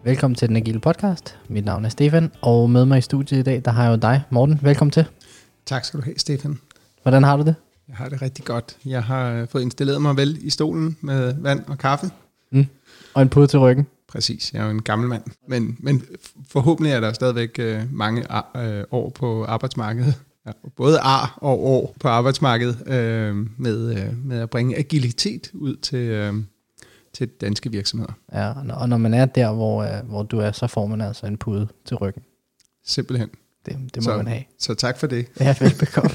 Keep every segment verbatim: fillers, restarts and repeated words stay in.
Velkommen til Den Agile Podcast. Mit navn er Stefan, og med mig i studiet i dag, der har jeg jo dig, Morten. Velkommen til. Tak skal du have, Stefan. Hvordan har du det? Jeg har det rigtig godt. Jeg har fået installeret mig vel i stolen med vand og kaffe. Mm. Og en pude til ryggen. Præcis, jeg er jo en gammel mand. Men, men forhåbentlig er der stadigvæk øh, mange øh, år på arbejdsmarkedet. Ja, både ar og år på arbejdsmarkedet øh, med, øh, med at bringe agilitet ud til, øh, til danske virksomheder. Ja, og når man er der, hvor, øh, hvor du er, så får man altså en pude til ryggen. Simpelthen. Det, det må så, man have. Så tak for det. Ja, velbekomme.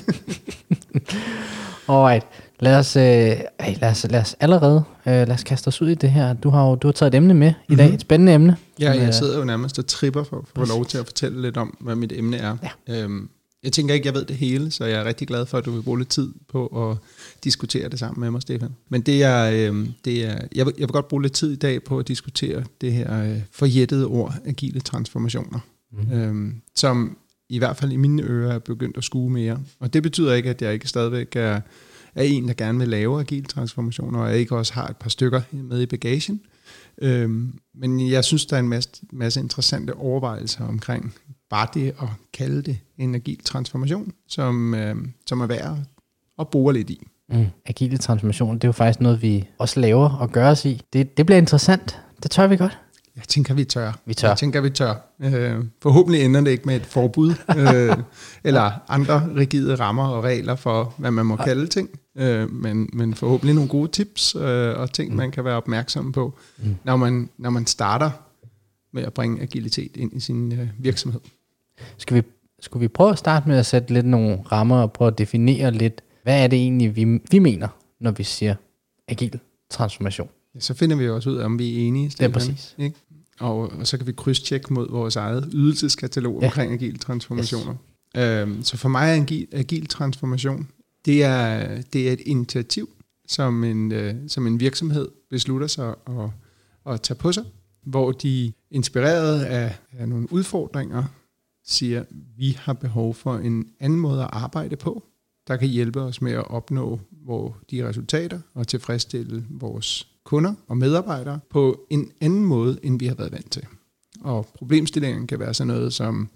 Alright, lad os, øh, lad, os, lad os allerede øh, lad os kaste os ud i det her. Du har jo du har taget et emne med i dag, mm-hmm. et spændende emne. Ja, som, jeg øh, sidder jo nærmest og tripper for, for at få lov til at fortælle lidt om, hvad mit emne er. Ja. Øhm, jeg tænker ikke, jeg ved det hele, så jeg er rigtig glad for, at du vil bruge lidt tid på at diskutere det sammen med mig, Stefan. Men det er, øh, det er jeg, vil, jeg vil godt bruge lidt tid i dag på at diskutere det her øh, forjættede ord, agile transformationer, mm-hmm. øhm, som i hvert fald i mine ører er begyndt at skue mere. Og det betyder ikke, at jeg ikke stadigvæk er, er en, der gerne vil lave agile transformationer, og jeg ikke også har et par stykker med i bagagen. Øhm, men jeg synes, der er en masse, masse interessante overvejelser omkring bare det at kalde det en agil transformation, som, øh, som er værd at bore lidt i. Mm. Agile transformation, det er jo faktisk noget, vi også laver og gør os i. Det, det bliver interessant. Det tør vi godt. Jeg tænker, vi tør. Vi tør. Jeg tænker, vi tør. Øh, forhåbentlig ender det ikke med et forbud, øh, eller andre rigide rammer og regler for, hvad man må Ej. kalde ting. Øh, men, men forhåbentlig nogle gode tips øh, og ting, mm. man kan være opmærksom på, mm. når, man, når man starter med at bringe agilitet ind i sin øh, virksomhed. Skal vi, skal vi prøve at starte med at sætte lidt nogle rammer og prøve at definere lidt, hvad er det egentlig, vi, vi mener, når vi siger agil transformation? Ja, så finder vi jo også ud af, om vi er enige. Det er præcis. Ikke? Og, og så kan vi krydstjekke mod vores eget ydelseskatalog ja. omkring agile transformationer. Yes. Øhm, så for mig er agil, agil transformation, det er, det er et initiativ, som en, øh, som en virksomhed beslutter sig at, at tage på sig, hvor de inspireret af, af nogle udfordringer siger, vi har behov for en anden måde at arbejde på, der kan hjælpe os med at opnå hvor de resultater og tilfredsstille vores kunder og medarbejdere på en anden måde, end vi har været vant til. Og problemstillingen kan være sådan noget som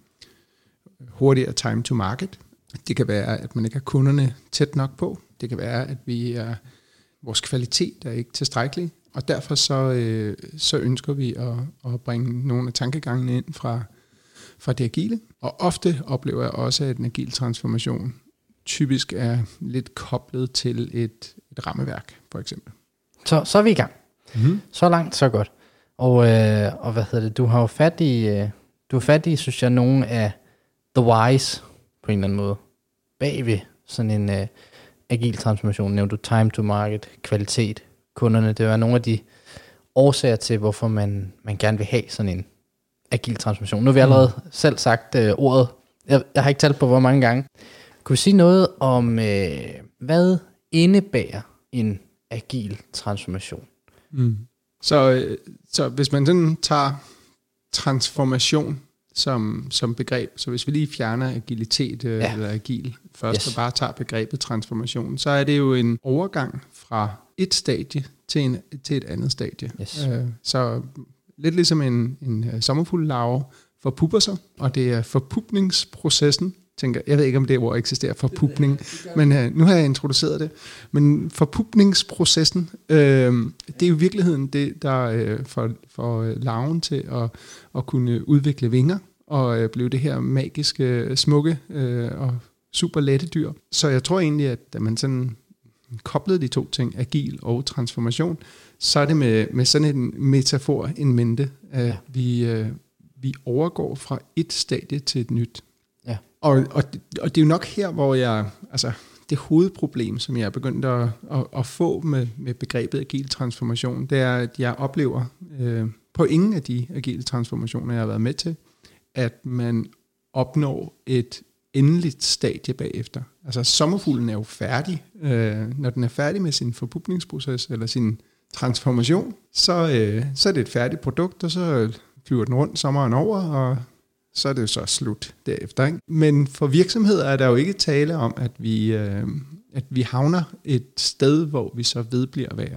hurtigere time to market. Det kan være, at man ikke har kunderne tæt nok på. Det kan være, at vi er, vores kvalitet er ikke tilstrækkelig. Og derfor så, øh, så ønsker vi at, at bringe nogle af tankegangene ind fra, fra det agile. Og ofte oplever jeg også, at en agil transformation typisk er lidt koblet til et, et rammeværk, for eksempel. Så, så er vi i gang. Mm-hmm. Så langt, så godt. Og, øh, og hvad hedder det? Du har jo fat i, øh, du har fat i, synes jeg, nogle af the whys på en eller anden måde. Bagved sådan en øh, agil transformation, nævnte du time to market, kvalitet, kunderne. Det var nogle af de årsager til, hvorfor man, man gerne vil have sådan en agil transformation. Nu har vi allerede mm. selv sagt øh, ordet. Jeg, jeg har ikke talt på, hvor mange gange. Kunne vi sige noget om, øh, hvad indebærer en agil transformation? Mm. Så, så hvis man sådan tager transformation som, som begreb, så hvis vi lige fjerner agilitet øh, ja. eller agil først, yes. og bare tager begrebet transformation, så er det jo en overgang fra et stadie til, en, til et andet stadie. Yes. Øh, så lidt ligesom en, en sommerfugllarve forpupper sig, og det er forpupningsprocessen, tænker, jeg ved ikke, om det ord eksisterer, forpupning, men uh, nu har jeg introduceret det. Men forpupningsprocessen, øh, det er jo i virkeligheden det, der øh, får, får larven til at, at kunne udvikle vinger, og øh, blive det her magiske, smukke øh, og super lette dyr. Så jeg tror egentlig, at da man sådan koblede de to ting, agil og transformation, så er det med, med sådan en metafor in mente, at ja. vi, øh, vi overgår fra et stadie til et nyt. Ja. Og, og, og det er jo nok her, hvor jeg, altså det hovedproblem, som jeg er begyndt at, at, at få med, med begrebet agil transformation, det er, at jeg oplever øh, på ingen af de agile transformationer, jeg har været med til, at man opnår et endeligt stadie bagefter. Altså sommerfuglen er jo færdig. Øh, når den er færdig med sin forpupningsproces eller sin transformation, så, øh, så er det et færdigt produkt, og så flyver den rundt sommeren over, og så er det jo så slut derefter. Ikke? Men for virksomheder er der jo ikke tale om, at vi, øh, at vi havner et sted, hvor vi så vedbliver at være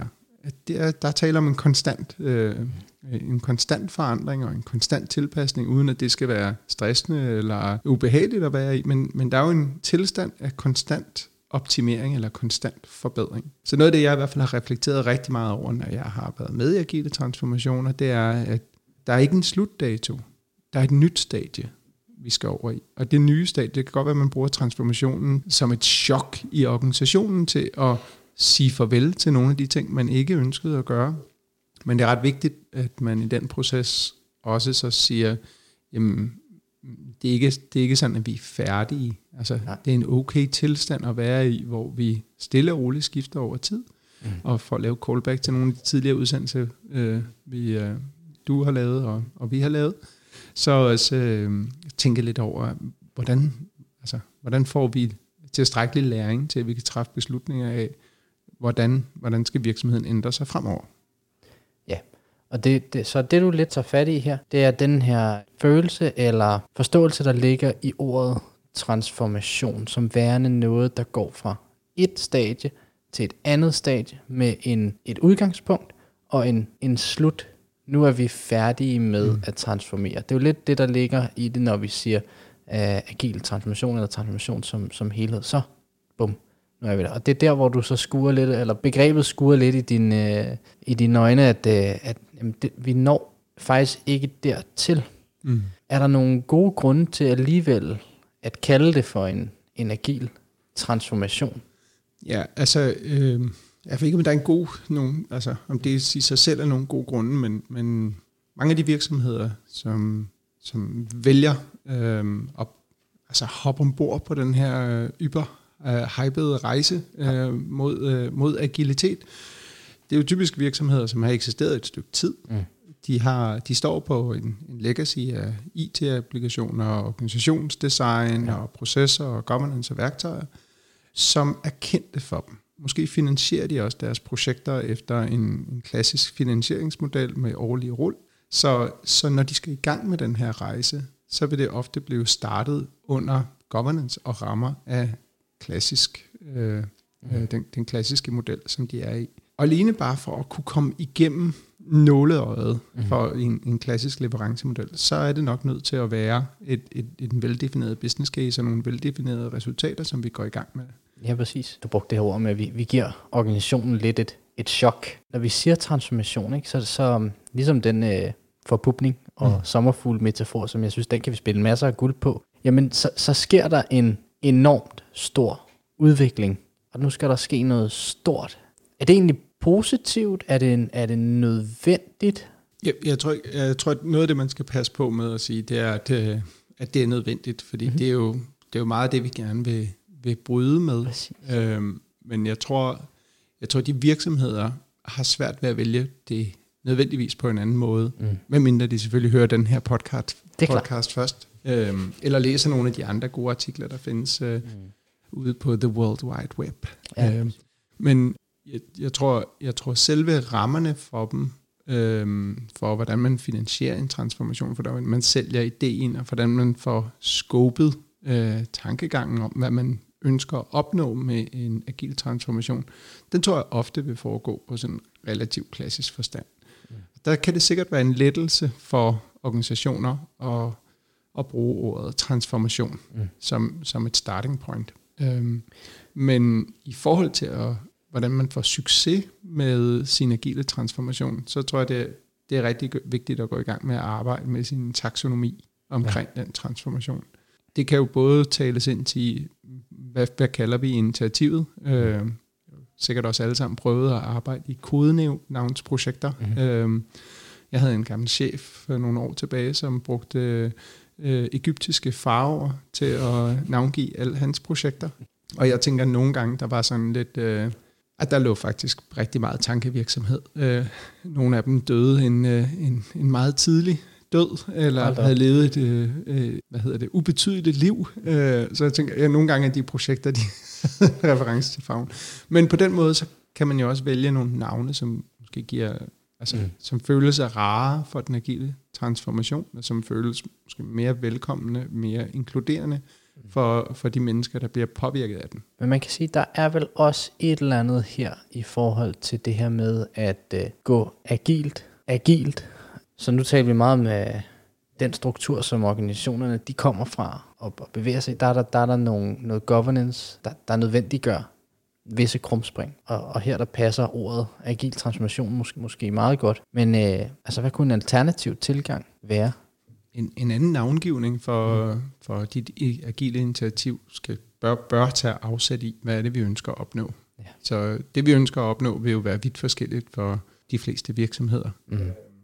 at det er, der taler om en konstant, øh, en konstant forandring og en konstant tilpasning, uden at det skal være stressende eller ubehageligt at være i, men, men der er jo en tilstand af konstant optimering eller konstant forbedring. Så noget af det, jeg i hvert fald har reflekteret rigtig meget over, når jeg har været med i agile transformationer, det er, at der er ikke en slutdato. Der er et nyt stadie, vi skal over i. Og det nye stadie, det kan godt være, at man bruger transformationen som et chok i organisationen til at sige farvel til nogle af de ting, man ikke ønskede at gøre. Men det er ret vigtigt, at man i den proces også så siger, jamen, det er ikke, det er ikke sådan, at vi er færdige. Altså, ja. Det er en okay tilstand at være i, hvor vi stille og roligt skifter over tid. Mm. Og for at lave callback til nogle af de tidligere udsendelser, øh, vi, øh, du har lavet, og, og vi har lavet, så også øh, tænke lidt over, hvordan, altså, hvordan får vi tilstrækkelig læring til, at vi kan træffe beslutninger af, hvordan, hvordan skal virksomheden ændre sig fremover. Ja, og det, det, så det du lidt tager fat i her, det er den her følelse eller forståelse, der ligger i ordet transformation, som værende noget, der går fra et stadie til et andet stadie med en, et udgangspunkt og en, en slut. Nu er vi færdige med mm. at transformere. Det er jo lidt det, der ligger i det, når vi siger uh, agil transformation eller transformation som, som helhed. Så, bum, nu er vi der. Og det er der, hvor du så skuer lidt, eller begrebet skuer lidt i, din, uh, i dine øjne, at, uh, at jamen, det, vi når faktisk ikke dertil. Mm. Er der nogle gode grunde til alligevel at kalde det for en, en agil transformation? Ja, altså... Øh Jeg ved ikke, om der er en god, nogen, altså om det i sig selv er nogle gode grunde, men, men mange af de virksomheder, som, som vælger øh, at altså hoppe ombord på den her yber øh, hypede rejse øh, mod, øh, mod agilitet, det er jo typisk virksomheder, som har eksisteret et stykke tid. Mm. De, har, de står på en, en legacy af I T-applikationer, organisationsdesign ja. og processer og governance og værktøjer, som er kendte for dem. Måske finansierer de også deres projekter efter en, en klassisk finansieringsmodel med årlige rul. Så, så når de skal i gang med den her rejse, så vil det ofte blive startet under governance og rammer af klassisk, øh, mm. den, den klassiske model, som de er i. Og alene bare for at kunne komme igennem nåleøjet mm. for en, en klassisk leverancemodel, så er det nok nødt til at være et, et, et veldefineret business case og nogle veldefinerede resultater, som vi går i gang med. Ja, præcis. Du brugte det her ord med, at vi, vi giver organisationen lidt et, et chok. Når vi siger transformation, ikke, så, så ligesom den øh, forpupning og mm. sommerfugl-metafor, som jeg synes, den kan vi spille masser af guld på, jamen så, så sker der en enormt stor udvikling, og nu skal der ske noget stort. Er det egentlig positivt? Er det, en, er det nødvendigt? Jeg, jeg, tror, jeg tror, at noget af det, man skal passe på med at sige, det er, at, at det er nødvendigt, fordi mm-hmm. det, er jo, det er jo meget det, vi gerne vil vil bryde med. Øhm, men jeg tror, jeg tror, at de virksomheder har svært ved at vælge det nødvendigvis på en anden måde, mm. medmindre de selvfølgelig hører den her podcast, podcast først, øhm, eller læser nogle af de andre gode artikler, der findes øh, mm. ude på The World Wide Web. Ja. Øhm, men jeg, jeg, tror, jeg tror, selve rammerne for dem, øhm, for hvordan man finansierer en transformation, for hvordan man sælger ideen, og hvordan man får scopet øh, tankegangen om, hvad man ønsker at opnå med en agil transformation, den tror jeg ofte vil foregå på sådan en relativt klassisk forstand. Mm. Der kan det sikkert være en lettelse for organisationer at, at bruge ordet transformation mm. som, som et starting point. Øhm, men i forhold til, at, hvordan man får succes med sin agile transformation, så tror jeg, det, det er rigtig vigtigt at gå i gang med at arbejde med sin taksonomi omkring ja. den transformation. Det kan jo både tales ind til, hvad, hvad kalder vi initiativet. Øh, sikkert også alle sammen prøvet at arbejde i kodenavnsprojekter. Mm-hmm. Øh, jeg havde en gammel chef for nogle år tilbage, som brugte øh, egyptiske farver til at navngive alle hans projekter. Og jeg tænker, at nogle gange, der var sådan lidt, øh, at der lå faktisk rigtig meget tankevirksomhed. Øh, nogle af dem døde en, øh, en, en meget tidlig død, eller Alter. havde levet et øh, hvad hedder det, ubetydeligt liv. Øh, så jeg tænker, ja, nogle gange er de projekter, de reference til farven. Men på den måde, så kan man jo også vælge nogle navne, som måske giver, altså, mm. som føles af rare for den agile transformation, og som føles måske mere velkommende, mere inkluderende, for, for de mennesker, der bliver påvirket af den. Men man kan sige, der er vel også et eller andet her i forhold til det her med at øh, gå agilt, agilt. Så nu taler vi meget om øh, den struktur, som organisationerne de kommer fra og, og bevæger sig. Der er der, der, er der nogle, noget governance, der, der nødvendiggør visse krumspring. Og, og her der passer ordet agil transformation måske, måske meget godt. Men øh, altså, hvad kunne en alternativ tilgang være? En, en anden navngivning for, mm. for dit agile initiativ skal, bør, bør tage afsæt i, hvad er det, vi ønsker at opnå. Ja. Så det, vi ønsker at opnå, vil jo være vidt forskelligt for de fleste virksomheder. Mm.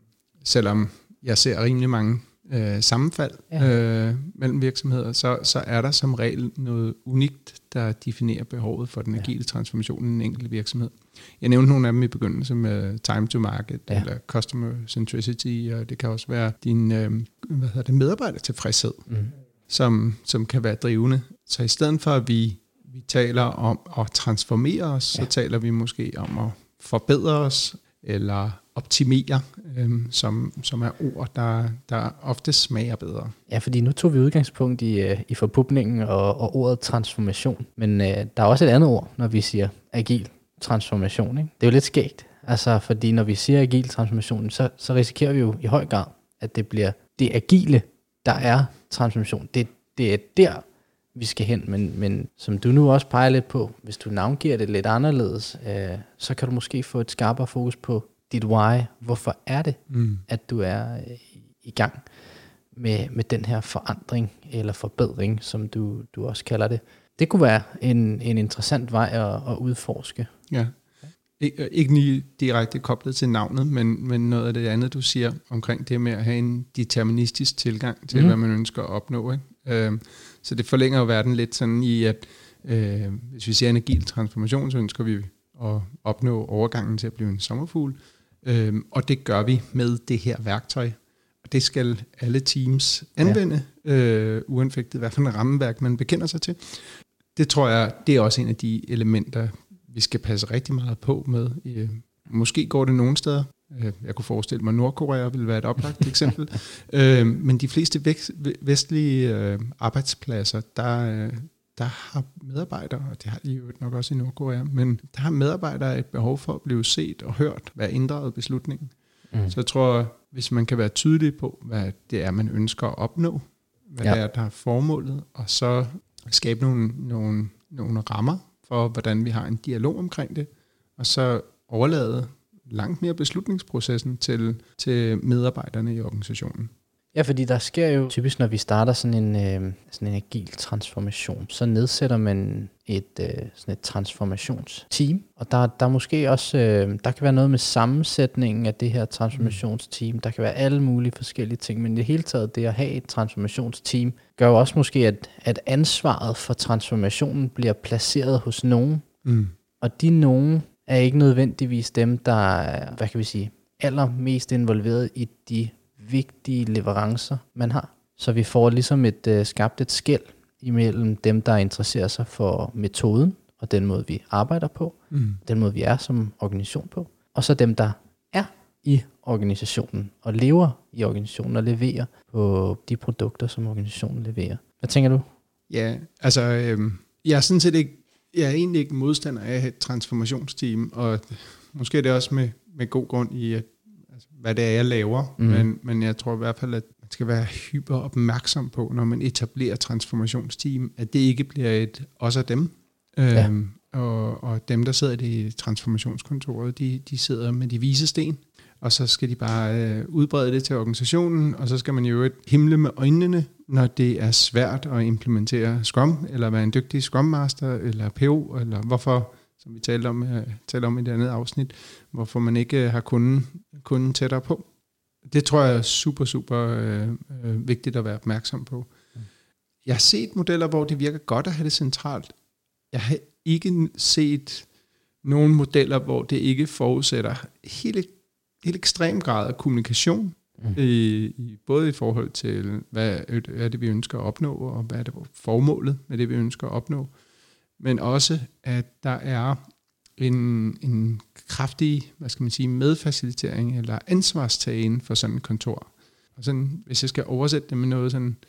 Selvom jeg ser rimelig mange øh, sammenfald ja. øh, mellem virksomheder, så, så er der som regel noget unikt, der definerer behovet for den agile transformation i en enkelt virksomhed. Jeg nævnte nogle af dem i begyndelsen med time to market, ja. eller customer centricity, og det kan også være din øh, hvad hedder det, medarbejdertilfredshed, mm. som, som kan være drivende. Så i stedet for, at vi, vi taler om at transformere os, ja. så taler vi måske om at forbedre os, eller optimere, øhm, som, som er ord, der, der ofte smager bedre. Ja, fordi nu tog vi udgangspunkt i, i forpubningen og, og ordet transformation, men øh, der er også et andet ord, når vi siger agil transformation. Ikke? Det er jo lidt skægt, altså, fordi når vi siger agil transformation, så, så risikerer vi jo i høj grad, at det bliver det agile, der er transformation. Det, det er der, vi skal hen, men, men som du nu også peger lidt på, hvis du navngiver det lidt anderledes, øh, så kan du måske få et skarpere fokus på dit why. Hvorfor er det, mm. at du er øh, i gang med, med den her forandring eller forbedring, som du, du også kalder det. Det kunne være en, en interessant vej at, at udforske. Ja, Ik- ikke lige direkte koblet til navnet, men, men noget af det andet, du siger omkring det med at have en deterministisk tilgang til, mm. hvad man ønsker at opnå. Ikke? Øh, så det forlænger jo verden lidt sådan i, at øh, hvis vi ser en agil transformation, så ønsker vi at opnå overgangen til at blive en sommerfugl. Øh, og det gør vi med det her værktøj. Og det skal alle teams anvende, ja. øh, uanfægtet hvad for en rammeværk man bekender sig til. Det tror jeg, det er også en af de elementer, vi skal passe rigtig meget på med. Øh, måske går det nogle steder. Jeg kunne forestille mig, at Nordkorea ville være et oplagt eksempel. øh, men de fleste væk, vestlige øh, arbejdspladser, der, der har medarbejdere, og det har de jo nok også i Nordkorea, men der har medarbejdere et behov for at blive set og hørt, være inddraget i beslutningen. Mm. Så jeg tror, hvis man kan være tydelig på, hvad det er, man ønsker at opnå, hvad ja. det er, der er formålet, og så skabe nogle, nogle, nogle rammer for, hvordan vi har en dialog omkring det, og så overlade langt mere beslutningsprocessen til, til medarbejderne i organisationen. Ja, fordi der sker jo typisk, når vi starter sådan en, øh, sådan en agil transformation, så nedsætter man et, øh, sådan et transformationsteam, og der, der måske også, øh, der kan være noget med sammensætningen af det her transformationsteam, der kan være alle mulige forskellige ting, men i det hele taget, det at have et transformationsteam, gør jo også måske, at, at ansvaret for transformationen bliver placeret hos nogen, mm. og de nogen er ikke nødvendigvis dem, der er, hvad kan vi sige, allermest involveret i de vigtige leverancer, man har. Så vi får ligesom et øh, skabt et skel imellem dem, der interesserer sig for metoden, og den måde, vi arbejder på, mm. den måde, vi er som organisation på, og så dem, der er i organisationen, og lever i organisationen, og leverer på de produkter, som organisationen leverer. Hvad tænker du? Ja, altså, øh, jeg er sådan set ikke, jeg er egentlig ikke modstander af et transformationsteam, og måske er det også med, med god grund i, at hvad det er, jeg laver, mm. men, men jeg tror i hvert fald, at man skal være hyper opmærksom på, når man etablerer transformationsteam, at det ikke bliver et os og dem. Ja. Øhm, og, og dem, der sidder i transformationskontoret, de, de sidder med de vise sten, og så skal de bare øh, udbrede det til organisationen, og så skal man jo himle med øjnene, når det er svært at implementere Scrum, eller være en dygtig Scrum Master, eller P O, eller hvorfor, som vi talte om, uh, talte om i det andet afsnit, hvorfor man ikke har kunden, kunden tættere på. Det tror jeg er super, super øh, øh, vigtigt at være opmærksom på. Mm. Jeg har set modeller, hvor det virker godt at have det centralt. Jeg har ikke set nogle modeller, hvor det ikke forudsætter helt, helt ekstrem grad af kommunikation, mm. i, i, både i forhold til, hvad, hvad er det, vi ønsker at opnå, og hvad er det formålet med det, vi ønsker at opnå. Men også, at der er en, en kraftig, hvad skal man sige, medfacilitering eller ansvarstagen for sådan et kontor. Og sådan, hvis jeg skal oversætte det med noget sådan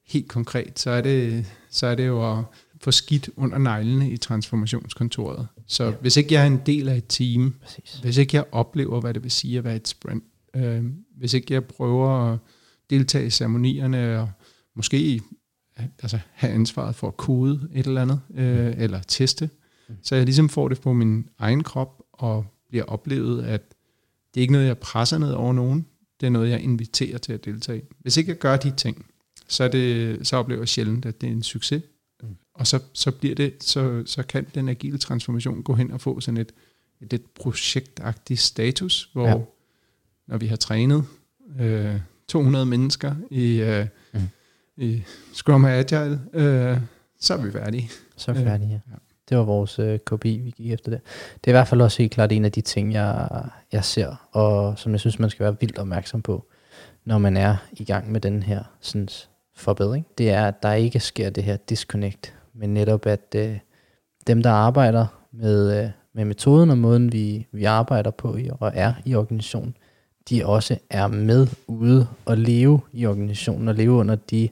helt konkret, så er det, så er det jo at få skidt under neglene i transformationskontoret. Så ja. Hvis ikke jeg er en del af et team, Præcis. Hvis ikke jeg oplever, hvad det vil sige at være et sprint, øh, hvis ikke jeg prøver at deltage i ceremonierne og måske altså, have ansvaret for at kode et eller andet, øh, eller teste, mm. så jeg ligesom får det på min egen krop og bliver oplevet, at det er ikke noget, jeg presser ned over nogen, det er noget, jeg inviterer til at deltage i. Hvis ikke jeg gør de ting, så, er det, så oplever jeg sjældent, at det er en succes. Mm. Og så, så, bliver det, så, så kan den agile transformation gå hen og få sådan et, et, et projektagtigt status, hvor ja. Når vi har trænet øh, to hundrede mennesker i, øh, mm. i Scrum og Agile, øh, så er vi færdige. Så er vi færdige, ja. ja. Det var vores øh, K P I, vi gik efter det. Det er i hvert fald også helt klart en af de ting, jeg, jeg ser, og som jeg synes, man skal være vildt opmærksom på, når man er i gang med den her sådan, forbedring. Det er, at der ikke sker det her disconnect, men netop at øh, dem, der arbejder med, øh, med metoden og måden, vi, vi arbejder på i, og er i organisationen, de også er med ude og leve i organisationen og leve under de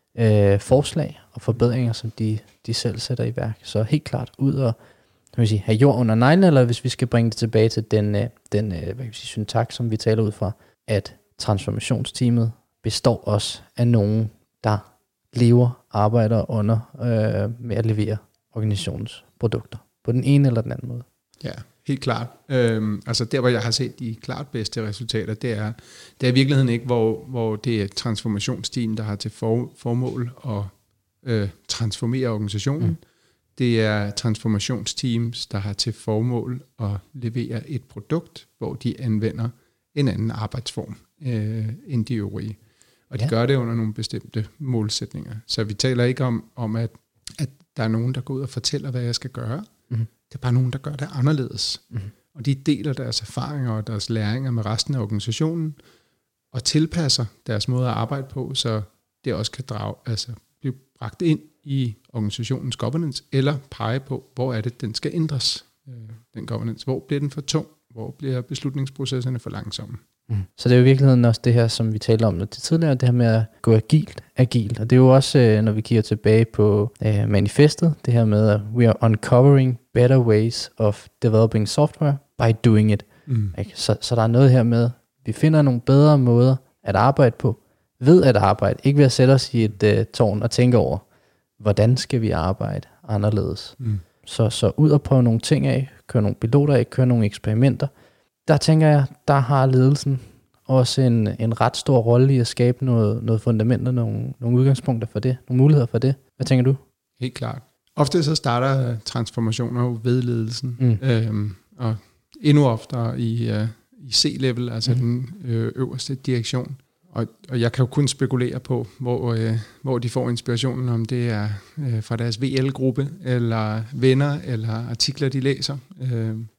øh, forslag og forbedringer, som de, de selv sætter i værk. Så helt klart ud og kan sige, have jord under neglene, eller hvis vi skal bringe det tilbage til den, øh, den øh, hvad kan vi sige, syntaks, som vi taler ud fra, at transformationsteamet består også af nogen, der lever, arbejder under øh, med at levere organisationens produkter på den ene eller den anden måde. Ja, helt klart. Øhm, altså der, hvor jeg har set de klart bedste resultater, det er, det er i virkeligheden ikke, hvor, hvor det er et transformationsteam, der har til for, formål at øh, transformere organisationen. Mm. Det er transformationsteams, der har til formål at levere et produkt, hvor de anvender en anden arbejdsform øh, end de øvrige. Og de ja. gør det under nogle bestemte målsætninger. Så vi taler ikke om, om at, at der er nogen, der går ud og fortæller, hvad jeg skal gøre. Mm. Det er bare nogen, der gør det anderledes. Mm. Og de deler deres erfaringer og deres læringer med resten af organisationen, og tilpasser deres måde at arbejde på, så det også kan drage, altså blive bragt ind i organisationens governance, eller pege på, hvor er det, den skal ændres, den governance. Hvor bliver den for tung? Hvor bliver beslutningsprocesserne for langsomme? Mm. Så det er jo i virkeligheden også det her, som vi talte om lidt tidligere, det her med at gå agilt, agilt. Og det er jo også, når vi kigger tilbage på uh, manifestet, det her med, at we are uncovering better ways of developing software by doing it. Mm. Så, så der er noget her med, vi finder nogle bedre måder at arbejde på, ved at arbejde, ikke ved at sætte os i et uh, tårn og tænke over, hvordan skal vi arbejde anderledes. Mm. Så, så ud og prøve nogle ting af, køre nogle piloter af, køre nogle eksperimenter. Der tænker jeg, der har ledelsen også en, en ret stor rolle i at skabe noget, noget fundament og nogle, nogle udgangspunkter for det, nogle muligheder for det. Hvad tænker du? Helt klart. Ofte så starter transformationer jo ved ledelsen, mm. øhm, og endnu oftere i, uh, i C-level, altså mm. den øh, øverste direktion. Og, og jeg kan jo kun spekulere på, hvor, øh, hvor de får inspirationen, om det er øh, fra deres V L-gruppe, eller venner, eller artikler, de læser øh, mm.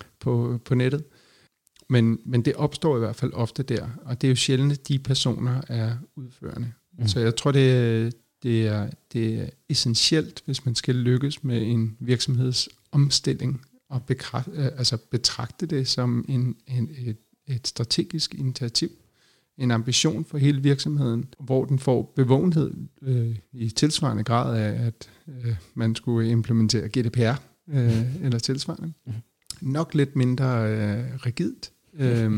på, på nettet. Men, men det opstår i hvert fald ofte der, og det er jo sjældent, at de personer er udførende. Mm. Så jeg tror, det, det, er, det er essentielt, hvis man skal lykkes med en virksomhedsomstilling, og bekræfte, altså betragte det som en, en, et, et strategisk initiativ, en ambition for hele virksomheden, hvor den får bevågenhed øh, i tilsvarende grad af, at øh, man skulle implementere G D P R øh, eller tilsvarende. Mm. Nok lidt mindre øh, rigidt, øh,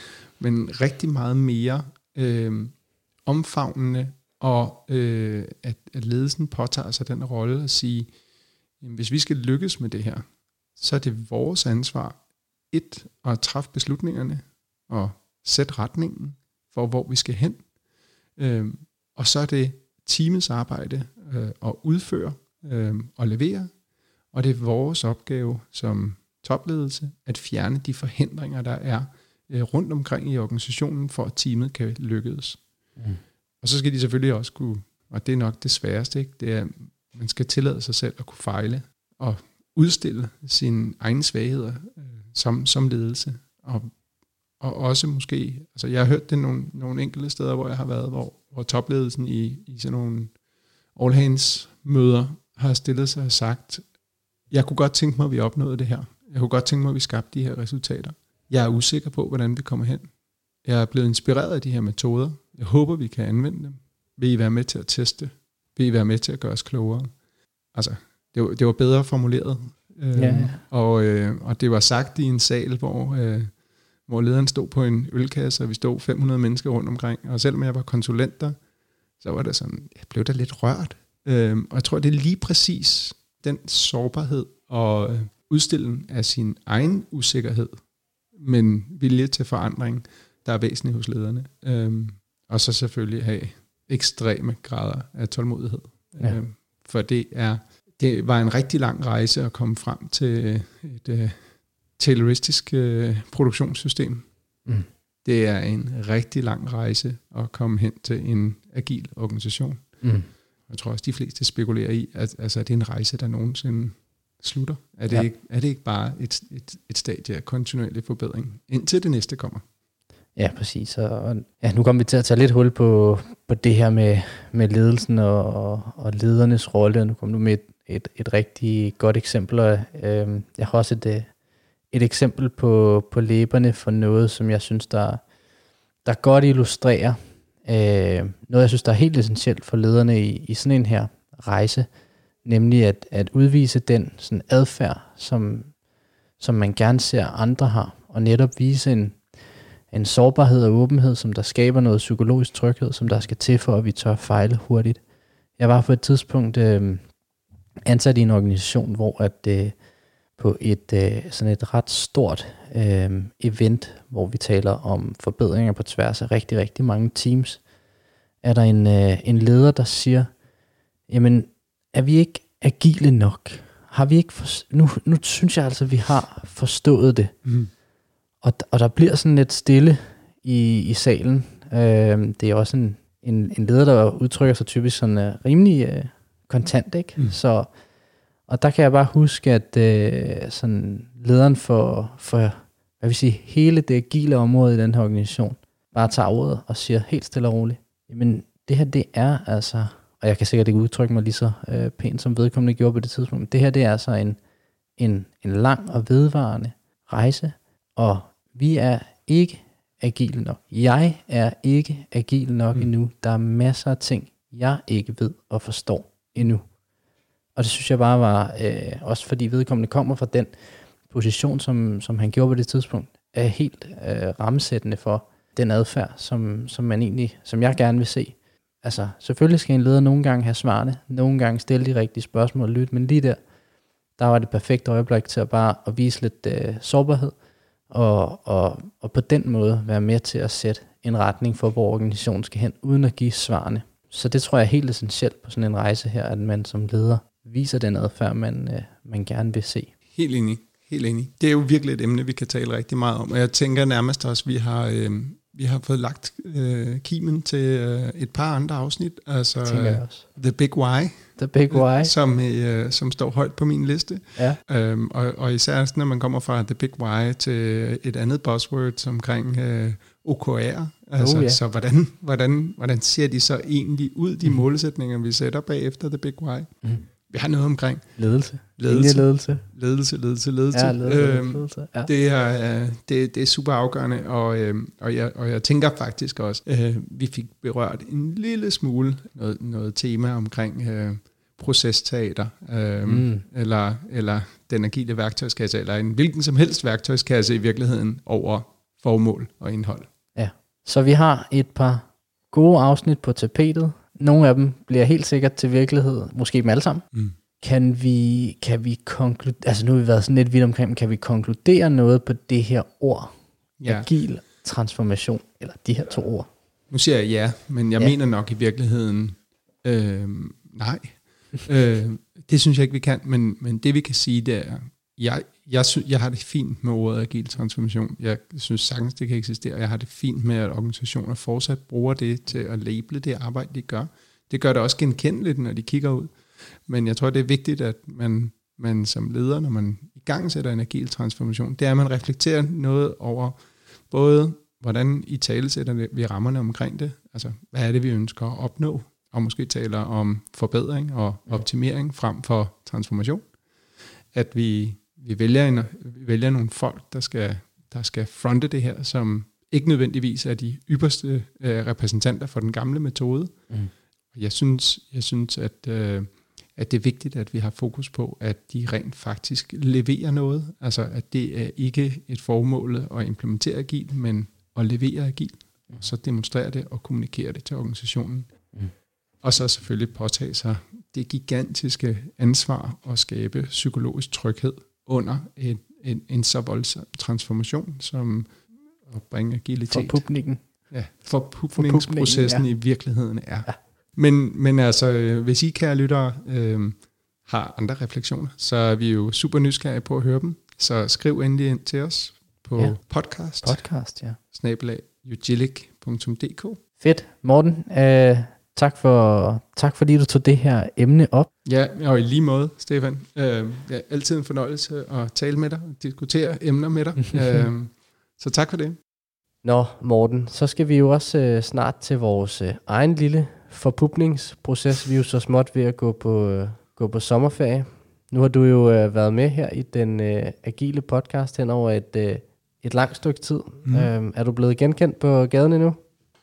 men rigtig meget mere øh, omfavnende, og øh, at, at ledelsen påtager sig den rolle at sige, jamen, hvis vi skal lykkes med det her, så er det vores ansvar, et, at træffe beslutningerne og sætte retningen for, hvor vi skal hen. Øh, og så er det teamets arbejde øh, at udføre øh, og levere, og det er vores opgave som topledelse at fjerne de forhindringer, der er øh, rundt omkring i organisationen, for at teamet kan lykkes. Mm. Og så skal de selvfølgelig også kunne, og det er nok det sværeste, ikke? Det er, man skal tillade sig selv at kunne fejle, og udstille sine egne svagheder øh, som, som ledelse, og Og også måske, altså jeg har hørt det nogle, nogle enkelte steder, hvor jeg har været, hvor, hvor topledelsen i, i sådan nogle all hands møder har stillet sig og sagt, jeg kunne godt tænke mig, at vi opnåede det her. Jeg kunne godt tænke mig, at vi skabte de her resultater. Jeg er usikker på, hvordan vi kommer hen. Jeg er blevet inspireret af de her metoder. Jeg håber, vi kan anvende dem. Vil I være med til at teste? Vil I være med til at gøre os klogere? Altså, det var, det var bedre formuleret. Øh, ja, ja. Og, øh, og det var sagt i en sal, hvor, øh, hvor lederen stod på en ølkasse, og vi stod fem hundrede mennesker rundt omkring. Og selvom jeg var konsulent der, så var det sådan, jeg blev da lidt rørt. Øh, og jeg tror, det er lige præcis den sårbarhed og udstilling af sin egen usikkerhed, men vilje til forandring, der er væsentligt hos lederne. Øhm, og så selvfølgelig have ekstreme grader af tålmodighed. Ja. Øhm, for det er det var en rigtig lang rejse at komme frem til et uh, tayloristisk uh, produktionssystem. Mm. Det er en rigtig lang rejse at komme hen til en agil organisation. Mm. Jeg tror også, de fleste spekulerer i, at altså, er det en rejse, der nogensinde slutter? Er det, ja. ikke, er det ikke bare et, et, et stadie af kontinuerlig forbedring, indtil det næste kommer? Ja, præcis. Og, ja, nu kommer vi til at tage lidt hul på, på det her med, med ledelsen og, og, og ledernes rolle. Nu kommer du med et, et, et rigtig godt eksempel. Og, øh, jeg har også et, et eksempel på, på læberne for noget, som jeg synes, der, der godt illustrerer øh, noget, jeg synes, der er helt essentielt for lederne i, i sådan en her rejse, nemlig at, at udvise den sådan adfærd, som, som man gerne ser andre har, og netop vise en, en sårbarhed og åbenhed, som der skaber noget psykologisk tryghed, som der skal til for, at vi tør fejle hurtigt. Jeg var på et tidspunkt øh, ansat i en organisation, hvor at øh, på et øh, sådan et ret stort øh, event, hvor vi taler om forbedringer på tværs af rigtig, rigtig mange teams, er der en, øh, en leder, der siger, jamen, er vi ikke agile nok? Har vi ikke for, nu, nu synes jeg altså, at vi har forstået det. Mm. Og, og der bliver sådan lidt stille i, i salen. Øh, det er også en, en, en leder, der udtrykker sig typisk sådan uh, rimelig uh, kontant, ikke? Mm. Så, og der kan jeg bare huske, at uh, sådan lederen for, for hvad vil jeg sige, hele det agile område i den her organisation, bare tager ordet og siger helt stille og roligt, jamen det her, det er altså, og jeg kan sikkert ikke udtrykke mig lige så uh, pænt, som vedkommende gjorde på det tidspunkt, men det her, det er altså en, en, en lang og vedvarende rejse, og vi er ikke agile nok. Jeg er ikke agil nok mm. endnu. Der er masser af ting, jeg ikke ved og forstår endnu. Og det synes jeg bare var, øh, også fordi vedkommende kommer fra den position, som, som han gjorde på det tidspunkt, er helt øh, rammesættende for den adfærd, som, som man egentlig, som jeg gerne vil se. Altså, selvfølgelig skal en leder nogle gange have svarene, nogle gange stille de rigtige spørgsmål og lytte, men lige der, der var det perfekte øjeblik til at bare at vise lidt øh, sårbarhed, Og, og, og på den måde være med til at sætte en retning for, hvor organisationen skal hen, uden at give svarene. Så det tror jeg er helt essentielt på sådan en rejse her, at man som leder viser den adfærd, man, øh, man gerne vil se. Helt enig, helt enig. Det er jo virkelig et emne, vi kan tale rigtig meget om, og jeg tænker nærmest også, at vi har, øh, vi har fået lagt øh, kimen til øh, et par andre afsnit, altså tænker jeg også. The Big Why. The Big Why. Som, øh, som står højt på min liste. Ja. Øhm, og, og især når man kommer fra The Big Why til et andet buzzword omkring øh, O K R. Altså, oh, yeah. Så hvordan, hvordan, hvordan ser de så egentlig ud, de mm. målsætninger, vi sætter bagefter The Big Why? Mm. Vi har noget omkring ledelse. Ledelse, ledelse. Ledelse, ledelse, ledelse. Ja, ledelse, øhm, ledelse. Ja. Det, er, det, det er super afgørende, og, øhm, og, jeg, og jeg tænker faktisk også, øh, vi fik berørt en lille smule noget, noget tema omkring øh, procesteater, øh, mm. eller, eller den agile værktøjskasse, eller en hvilken som helst værktøjskasse i virkeligheden over formål og indhold. Ja, så vi har et par gode afsnit på tapetet. Nogle af dem bliver helt sikkert til virkelighed, måske dem alle sammen. Mm. Kan vi, kan vi konkludere, altså nu har vi været sådan lidt vidt omkring, kan vi konkludere noget på det her ord? Ja. Agil transformation, eller de her to ord? Nu siger jeg ja, men jeg ja. mener nok i virkeligheden øh, nej. øh, det synes jeg ikke, vi kan, men, men det vi kan sige, det er, jeg, jeg, sy- jeg har det fint med ordet agil transformation. Jeg synes sagtens, det kan eksistere. Jeg har det fint med, at organisationer fortsat bruger det til at label det arbejde, de gør. Det gør det også genkendeligt, når de kigger ud. Men jeg tror, det er vigtigt, at man, man som leder, når man i gang sætter en agil transformation, det er, at man reflekterer noget over både, hvordan i tale sætter vi rammerne omkring det. Altså, hvad er det, vi ønsker at opnå? Og måske taler om forbedring og optimering frem for transformation. At vi, vi, vælger, en, vi vælger nogle folk, der skal, der skal fronte det her, som ikke nødvendigvis er de ypperste øh, repræsentanter for den gamle metode, mm. Jeg synes, jeg synes at, øh, at det er vigtigt, at vi har fokus på, at de rent faktisk leverer noget. Altså, at det er ikke et formål at implementere agil, men at levere agil, og så demonstrere det og kommunikere det til organisationen. Mm. Og så selvfølgelig påtage sig det gigantiske ansvar at skabe psykologisk tryghed under en, en, en så voldsom transformation, som at bringe agilitet. Forpupningen. Ja, forpupningsprocessen ja. I virkeligheden er. Ja. Men, men altså, hvis I, kære lyttere, øh, har andre refleksioner, så er vi jo super nysgerrige på at høre dem. Så skriv endelig ind til os på ja. podcast, podcast ja. snabel-a ugilic punktum d k. Fedt. Morten, øh, tak, for, tak fordi du tog det her emne op. Ja, og i lige måde, Stefan. Øh, det er altid en fornøjelse at tale med dig og diskutere emner med dig. øh, så tak for det. Nå, Morten, så skal vi jo også øh, snart til vores øh, egen lille forpupningsproces. Vi er jo så småt ved at gå på, øh, gå på sommerferie. Nu har du jo øh, været med her i den øh, agile podcast hen over et, øh, et langt stykke tid. Mm. Øh, er du blevet genkendt på gaden endnu?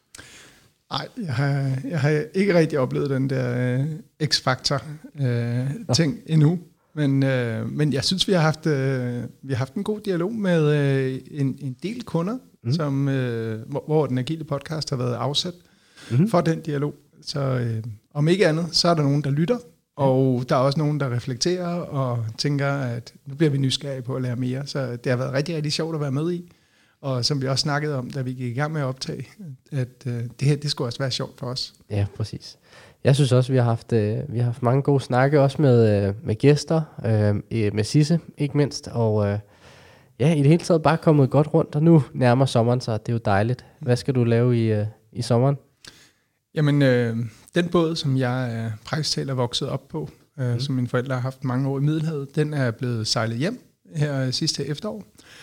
Nej, jeg har, jeg har ikke rigtig oplevet den der øh, X-faktor øh, ting endnu. Men, øh, men jeg synes, vi har haft, øh, vi har haft en god dialog med øh, en, en del kunder, mm. som, øh, hvor, hvor den agile podcast har været afsat mm. for den dialog. Så øh, om ikke andet, så er der nogen, der lytter, og der er også nogen, der reflekterer og tænker, at nu bliver vi nysgerrige på at lære mere. Så det har været rigtig, rigtig sjovt at være med i. Og som vi også snakkede om, da vi gik i gang med at optage, at øh, det her, det skulle også være sjovt for os. Ja, præcis. Jeg synes også, vi har haft, øh, vi har haft mange gode snakke, også med, øh, med gæster, øh, med Sisse ikke mindst, og øh, ja, i det hele taget bare kommet godt rundt, og nu nærmer sommeren sig, det er jo dejligt. Hvad skal du lave i, øh, i sommeren? Jamen, øh, den båd, som jeg er praktisk talt er vokset op på, øh, mm. som mine forældre har haft mange år i Middelhavet, den er blevet sejlet hjem her sidste efterår.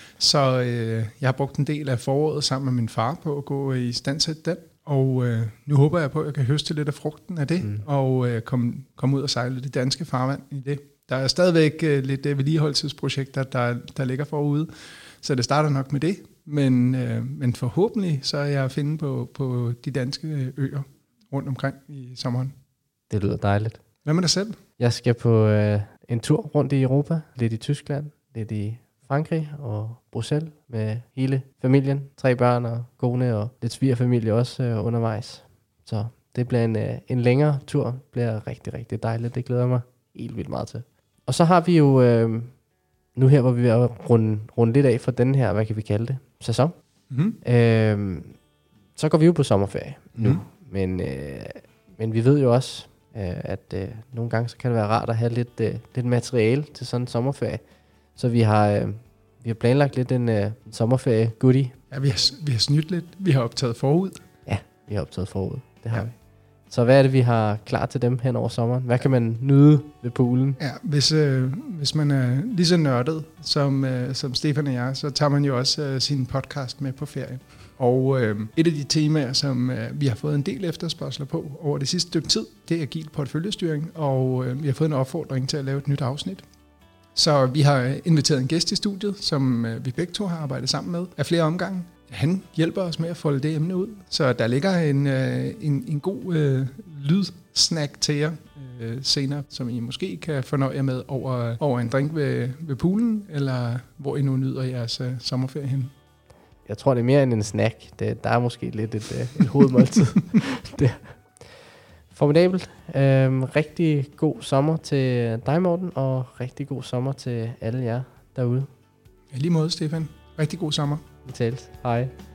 Så øh, jeg har brugt en del af foråret sammen med min far på at gå i standsætte den, og øh, nu håber jeg på, at jeg kan høste lidt af frugten af det, mm. og øh, komme kom ud og sejle det danske farvand i det. Der er stadigvæk øh, lidt øh, vedligeholdelsesprojekter, der, der ligger forude, så det starter nok med det, men, øh, men forhåbentlig så er jeg at finde på, på de danske øer rundt omkring i sommeren. Det lyder dejligt. Hvad med dig selv? Jeg skal på øh, en tur rundt i Europa, lidt i Tyskland, lidt i Frankrig og Bruxelles med hele familien, tre børn og kone og lidt svigerfamilie også øh, undervejs. Så det bliver en, øh, en længere tur, det bliver rigtig, rigtig dejligt. Det glæder jeg mig helt vildt meget til. Og så har vi jo øh, nu her, hvor vi er ved at runde, runde lidt af for den her, hvad kan vi kalde det, sæson. Mm-hmm. Øh, så går vi jo på sommerferie nu, mm-hmm. men, øh, men vi ved jo også, øh, at øh, nogle gange så kan det være rart at have lidt, øh, lidt materiale til sådan en sommerferie. Så vi har, øh, vi har planlagt lidt en øh, sommerferie goodie. Ja, vi har, vi har snydt lidt. Vi har optaget forud. Ja, vi har optaget forud. Det har ja. vi. Så hvad er det, vi har klar til dem hen over sommeren? Hvad kan man nyde ved poolen? Ja, hvis, øh, hvis man er lige så nørdet som, øh, som Stefan og jeg, så tager man jo også øh, sin podcast med på ferie. Og øh, et af de temaer, som øh, vi har fået en del efterspørgsler på over det sidste stykke tid, det er agil porteføljestyring, og øh, vi har fået en opfordring til at lave et nyt afsnit. Så vi har inviteret en gæst i studiet, som øh, vi begge to har arbejdet sammen med af flere omgange. Han hjælper os med at folde det emne ud, så der ligger en, øh, en, en god øh, lydsnack til jer øh, senere, som I måske kan fornøje jer med over, over en drink ved, ved poolen, eller hvor I nu nyder jeres øh, sommerferie hen. Jeg tror, det er mere end en snack. Det, der er måske lidt et, øh, et hovedmåltid. Det. Formidabelt. Øhm, rigtig god sommer til dig, Morten, og rigtig god sommer til alle jer derude. I lige måde, Stefan. Rigtig god sommer. Vi tales. Hej.